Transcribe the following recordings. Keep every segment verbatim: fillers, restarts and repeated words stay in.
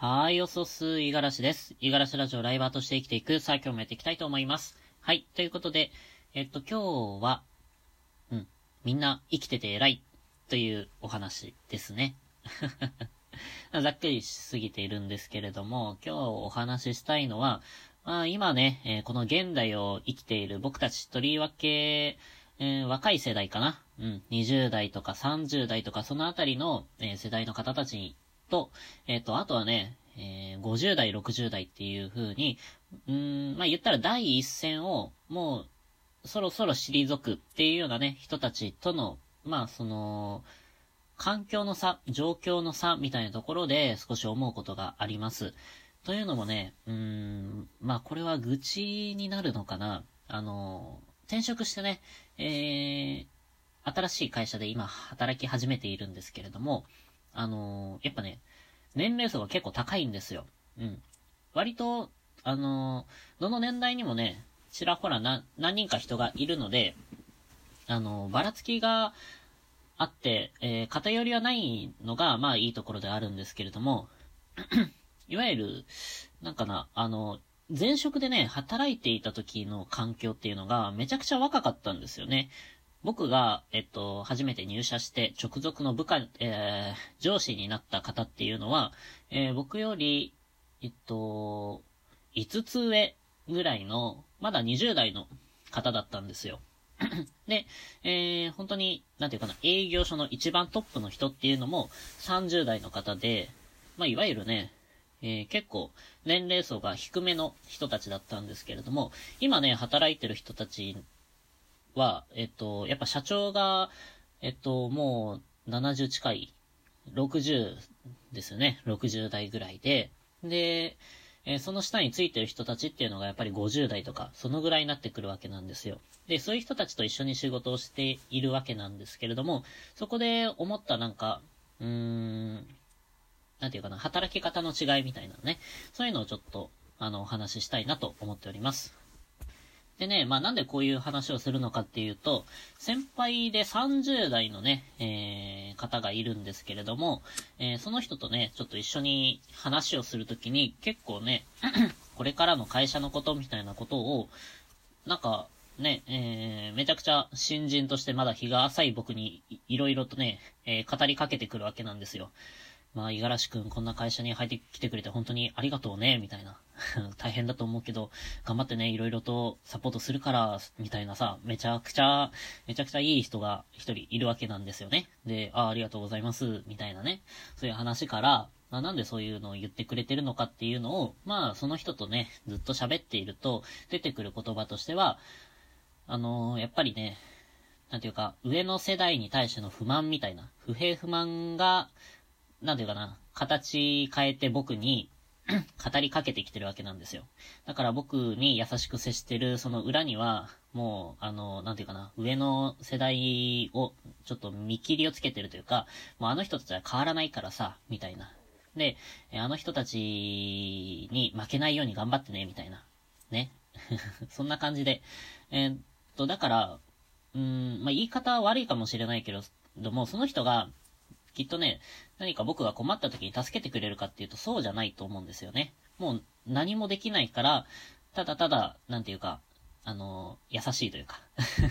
はーい、おそす、いがらしです。いがらしラジオライバーとして生きていく、さあ今日もやっていきたいと思います。はい、ということで、えっと、今日は、うん、みんな生きてて偉い、というお話ですね。ざっくりしすぎているんですけれども、今日お話ししたいのは、まあ今ね、えーこの現代を生きている僕たちとりわけ、えー若い世代かな。うん、にじゅう代とかさんじゅう代とかそのあたりの、えー世代の方たちと、えっと、あとはね、えーごじゅう代、ろくじゅう代っていう風に、うーん、まあ言ったら第一線をもうそろそろ退くっていうようなね、人たちとの、まあその、環境の差、状況の差みたいなところで少し思うことがあります。というのもね、うーん、まあこれは愚痴になるのかな。あの、転職してね、えー、新しい会社で今働き始めているんですけれども、あの、やっぱね、年齢層が結構高いんですよ。うん。割と、あの、どの年代にもね、ちらほらな、何人か人がいるので、あの、ばらつきがあって、えー、偏りはないのが、まあいいところであるんですけれども、いわゆる、なんかな、あの、前職でね、働いていた時の環境っていうのがめちゃくちゃ若かったんですよね。僕が、えっと、初めて入社して直属の部下、えー、上司になった方っていうのは、えー、僕より、えっと、いつつ上ぐらいの、まだにじゅう代の方だったんですよ。で、えー、本当に、なんていうかな、営業所の一番トップの人っていうのもさんじゅう代の方で、まあ、いわゆるね、えー、結構年齢層が低めの人たちだったんですけれども、今ね、働いてる人たちは、えっと、やっぱ社長が、えっと、もうななじゅう近い、ろくじゅうですよね。ろくじゅう代ぐらいで、で、えーその下についてる人たちっていうのがやっぱりごじゅう代とか、そのぐらいになってくるわけなんですよ。で、そういう人たちと一緒に仕事をしているわけなんですけれども、そこで思ったなんか、うーん、なんていうかな、働き方の違いみたいなね、そういうのをちょっと、あの、お話ししたいなと思っております。でね、まあなんでこういう話をするのかっていうと、先輩でさんじゅう代のね、えー、方がいるんですけれども、えー、その人とね、ちょっと一緒に話をするときに、結構ね、これからの会社のことみたいなことを、なんか、ね、えー、めちゃくちゃ新人としてまだ日が浅い僕にいいろいろとね、えー、語りかけてくるわけなんですよ。まあ、五十嵐くんこんな会社に入ってきてくれて本当にありがとうね、みたいな。大変だと思うけど、頑張ってね、いろいろとサポートするから、みたいなさ、めちゃくちゃ、めちゃくちゃいい人が一人いるわけなんですよね。で、ああ、ありがとうございます、みたいなね。そういう話から、まあ、なんでそういうのを言ってくれてるのかっていうのを、まあ、その人とね、ずっと喋っていると、出てくる言葉としては、あのー、やっぱりね、なんていうか、上の世代に対しての不満みたいな、不平不満が、なんていうかな、形変えて僕に語りかけてきてるわけなんですよ。だから僕に優しく接してるその裏には、もう、あの、なんていうかな、上の世代をちょっと見切りをつけてるというか、もうあの人たちは変わらないからさ、みたいな。で、あの人たちに負けないように頑張ってね、みたいな。ね。そんな感じで。えーっと、だから、うーん、まあ、言い方は悪いかもしれないけれども、その人が、きっとね、何か僕が困った時に助けてくれるかっていうとそうじゃないと思うんですよね。もう何もできないから、ただただ、なんていうか、あの、優しいというか。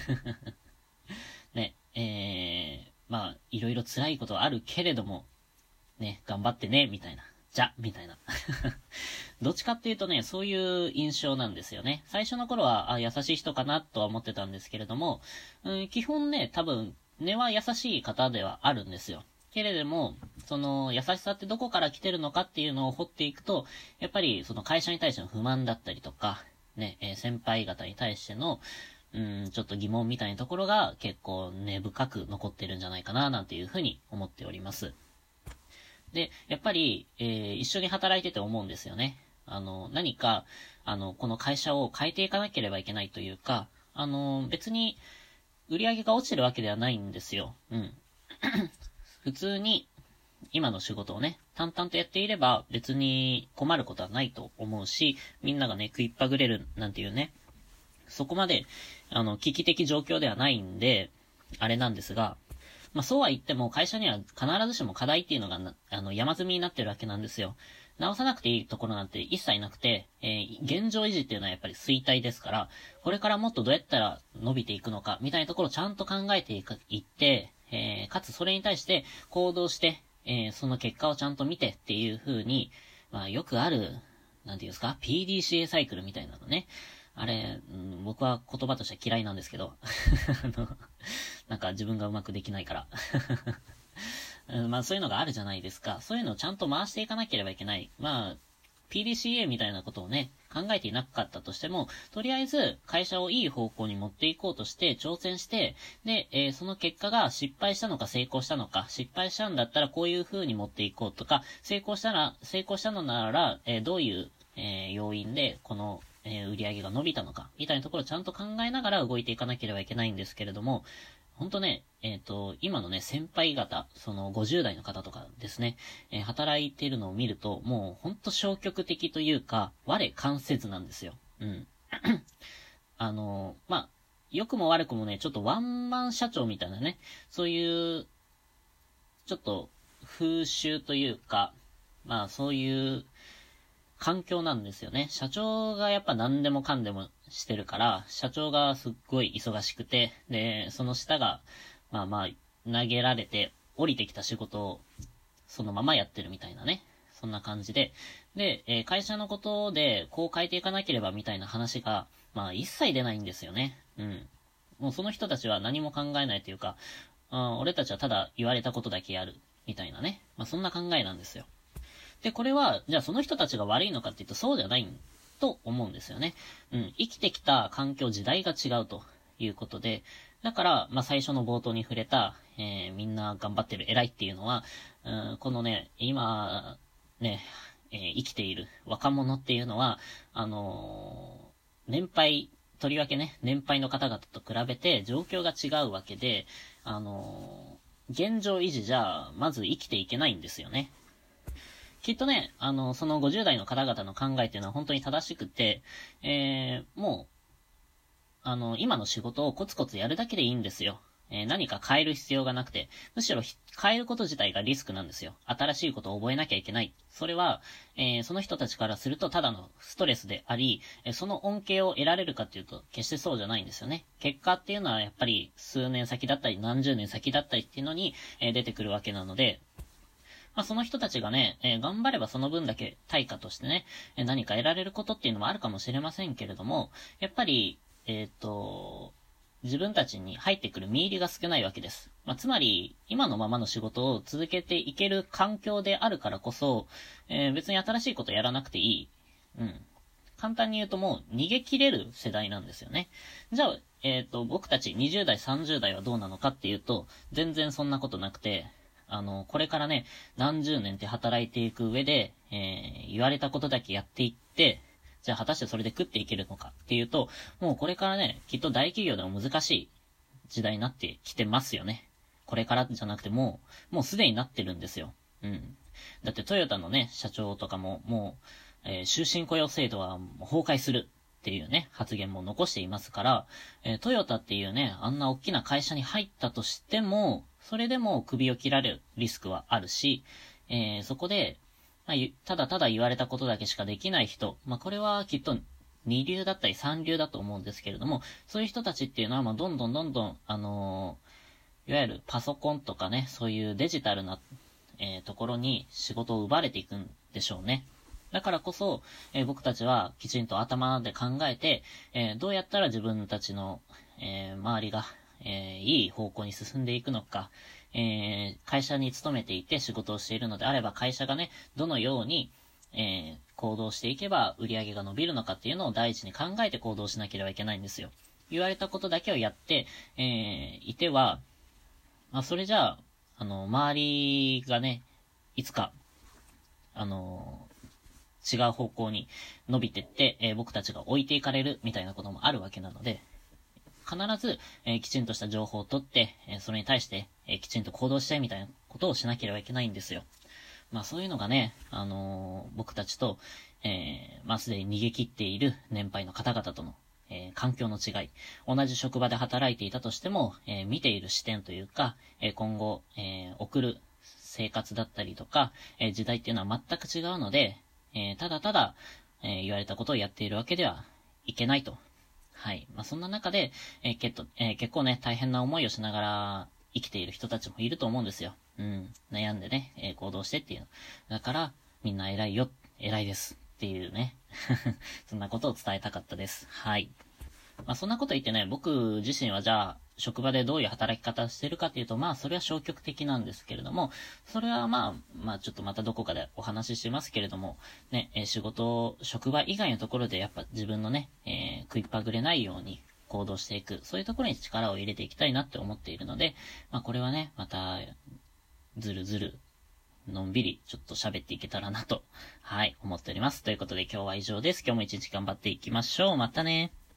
ね、えー、まあ、いろいろ辛いことはあるけれども、ね、頑張ってね、みたいな。じゃ、みたいな。どっちかっていうとね、そういう印象なんですよね。最初の頃は、あ、優しい人かなとは思ってたんですけれども、うん、基本ね、多分、根は優しい方ではあるんですよ。けれども、その優しさってどこから来てるのかっていうのを掘っていくと、やっぱりその会社に対しての不満だったりとか、ね、えー先輩方に対しての、うん、ちょっと疑問みたいなところが結構根深く残ってるんじゃないかな、なんていうふうに思っております。で、やっぱり、えー一緒に働いてて思うんですよね。あの、何か、あの、この会社を変えていかなければいけないというか、あの、別に、売り上げが落ちてるわけではないんですよ。うん。普通に、今の仕事をね、淡々とやっていれば別に困ることはないと思うし、みんながね、食いっぱぐれるなんていうね、そこまで、あの、危機的状況ではないんで、あれなんですが、 まあそうは言っても会社には必ずしも課題っていうのがな、あの、山積みになってるわけなんですよ。直さなくていいところなんて一切なくて、えー、現状維持っていうのはやっぱり衰退ですから、これからもっとどうやったら伸びていくのか、みたいなところをちゃんと考えていって、えー、かつそれに対して行動して、えー、その結果をちゃんと見てっていう風に、まあよくある、なんていうんですか ピーディーシーエー サイクルみたいなのね。あれ、うん、僕は言葉としては嫌いなんですけど、あの、なんか自分がうまくできないから。うん、まあそういうのがあるじゃないですか。そういうのをちゃんと回していかなければいけない。まあ、ピーディーシーエー みたいなことをね、考えていなかったとしても、とりあえず会社をいい方向に持っていこうとして挑戦して、で、えー、その結果が失敗したのか成功したのか、失敗したんだったらこういう風に持っていこうとか、成功したら、成功したのなら、えー、どういう、えー、要因でこの、えー、売り上げが伸びたのか、みたいなところをちゃんと考えながら動いていかなければいけないんですけれども、ほんとね、えっと、今のね、先輩方、そのごじゅう代の方とかですね、えー働いてるのを見ると、もうほんと消極的というか、我関せずなんですよ。うん。あの、まあ、良くも悪くもね、ちょっとワンマン社長みたいなね、そういう、ちょっと風習というか、まあそういう環境なんですよね。社長がやっぱ何でもかんでもしてるから、社長がすっごい忙しくて、で、その下が、まあまあ、投げられて、降りてきた仕事を、そのままやってるみたいなね。そんな感じで。で、えー会社のことで、こう変えていかなければみたいな話が、まあ一切出ないんですよね。うん。もうその人たちは何も考えないというか、あ俺たちはただ言われたことだけやる、みたいなね。まあそんな考えなんですよ。で、これは、じゃあその人たちが悪いのかって言うとそうじゃないと思うんですよね。うん。生きてきた環境、時代が違うということで、だから、まあ、最初の冒頭に触れた、えー、みんな頑張ってる偉いっていうのは、うん、このね、今、ね、えー生きている若者っていうのは、あのー年配、とりわけね、年配の方々と比べて状況が違うわけで、あのー現状維持じゃ、まず生きていけないんですよね。きっとね、あの、そのごじゅう代の方々の考えっていうのは本当に正しくて、えー、もう、あの、今の仕事をコツコツやるだけでいいんですよ。えー何か変える必要がなくて、むしろ変えること自体がリスクなんですよ。新しいことを覚えなきゃいけない。それは、えーその人たちからするとただのストレスであり、えーその恩恵を得られるかっていうと、決してそうじゃないんですよね。結果っていうのはやっぱり数年先だったり、何十年先だったりっていうのに、えー出てくるわけなので、まあ、その人たちがね、えー頑張ればその分だけ対価としてね、えー何か得られることっていうのもあるかもしれませんけれども、やっぱり、えっと、自分たちに入ってくる見入りが少ないわけです。まあ、つまり、今のままの仕事を続けていける環境であるからこそ、えー別に新しいことやらなくていい。うん。簡単に言うともう逃げ切れる世代なんですよね。じゃあ、えっと、僕たちにじゅう代、さんじゅう代はどうなのかっていうと、全然そんなことなくて、あの、これからね、何十年って働いていく上で、えー言われたことだけやっていって、じゃあ果たしてそれで食っていけるのかっていうと、もうこれからね、きっと大企業でも難しい時代になってきてますよね。これからじゃなくてもう、もうすでになってるんですよ。うん。だってトヨタのね、社長とかも、もう、えー終身雇用制度はもう崩壊するっていうね、発言も残していますから、えートヨタっていうね、あんな大きな会社に入ったとしても、それでも首を切られるリスクはあるし、えーそこで、まあ、ゆただただ言われたことだけしかできない人、まあ、これはきっと二流だったり三流だと思うんですけれども、そういう人たちっていうのは、まあ、どんどんどんどん、あのーいわゆるパソコンとかね、そういうデジタルな、えーところに仕事を奪われていくんでしょうね。だからこそ、えー僕たちはきちんと頭で考えて、えーどうやったら自分たちの、えー周りが、えーいい方向に進んでいくのか、えー会社に勤めていて仕事をしているのであれば、会社がね、どのように、えー行動していけば売り上げが伸びるのかっていうのを第一に考えて行動しなければいけないんですよ。言われたことだけをやって、えーいては、まあ、それじゃあ、あの、周りがね、いつか、あの、違う方向に伸びてって、えー僕たちが置いていかれるみたいなこともあるわけなので、必ず、えーきちんとした情報を取って、えーそれに対して、えーきちんと行動したいみたいなことをしなければいけないんですよ。まあそういうのがね、あのー僕たちと、えーまあすでに逃げ切っている年配の方々とのえー環境の違い。同じ職場で働いていたとしても、えー見ている視点というか、えー今後、えー送る生活だったりとか、えー時代っていうのは全く違うので、えーただただ、えー言われたことをやっているわけではいけないと。はい。まあ、そんな中で、えーけっとえー結構ね、大変な思いをしながら生きている人たちもいると思うんですよ。うん。悩んでね、えー行動してっていう。だから、みんな偉いよ、偉いですっていうね。そんなことを伝えたかったです。はい。まあそんなこと言ってね、僕自身はじゃあ、職場でどういう働き方してるかっていうと、まあそれは消極的なんですけれども、それはまあ、まあちょっとまたどこかでお話ししますけれども、ね、えー仕事、職場以外のところでやっぱ自分のね、えー食いっぱぐれないように行動していく、そういうところに力を入れていきたいなって思っているので、まあこれはね、また、ずるずる、のんびりちょっと喋っていけたらなと、はい、思っております。ということで今日は以上です。今日も一日頑張っていきましょう。またね。